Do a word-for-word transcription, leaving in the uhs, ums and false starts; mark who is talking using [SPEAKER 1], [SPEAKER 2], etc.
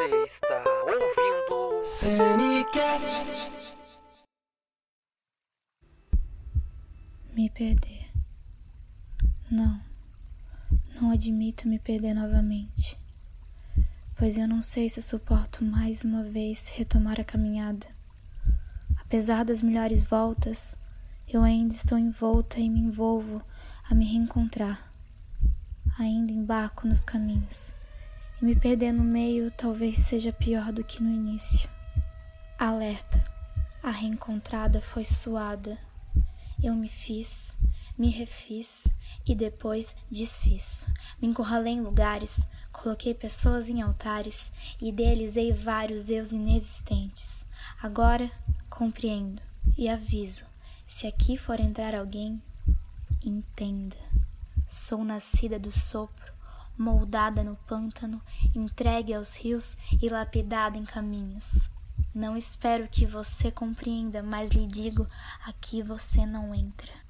[SPEAKER 1] Você está ouvindo Cenicast.
[SPEAKER 2] Me perder. Não, não admito me perder novamente, pois eu não sei se eu suporto mais uma vez retomar a caminhada. Apesar das milhares voltas, eu ainda estou envolta e me envolvo a me reencontrar. Ainda embarco nos caminhos, e me perder no meio talvez seja pior do que no início. Alerta, a reencontrada foi suada. Eu me fiz, me refiz e depois desfiz. Me encurralei em lugares, coloquei pessoas em altares e idealizei vários eus inexistentes. Agora compreendo e aviso, se aqui for entrar alguém, entenda. Sou nascida do sopro, moldada no pântano, entregue aos rios e lapidada em caminhos. Não espero que você compreenda, mas lhe digo, aqui você não entra.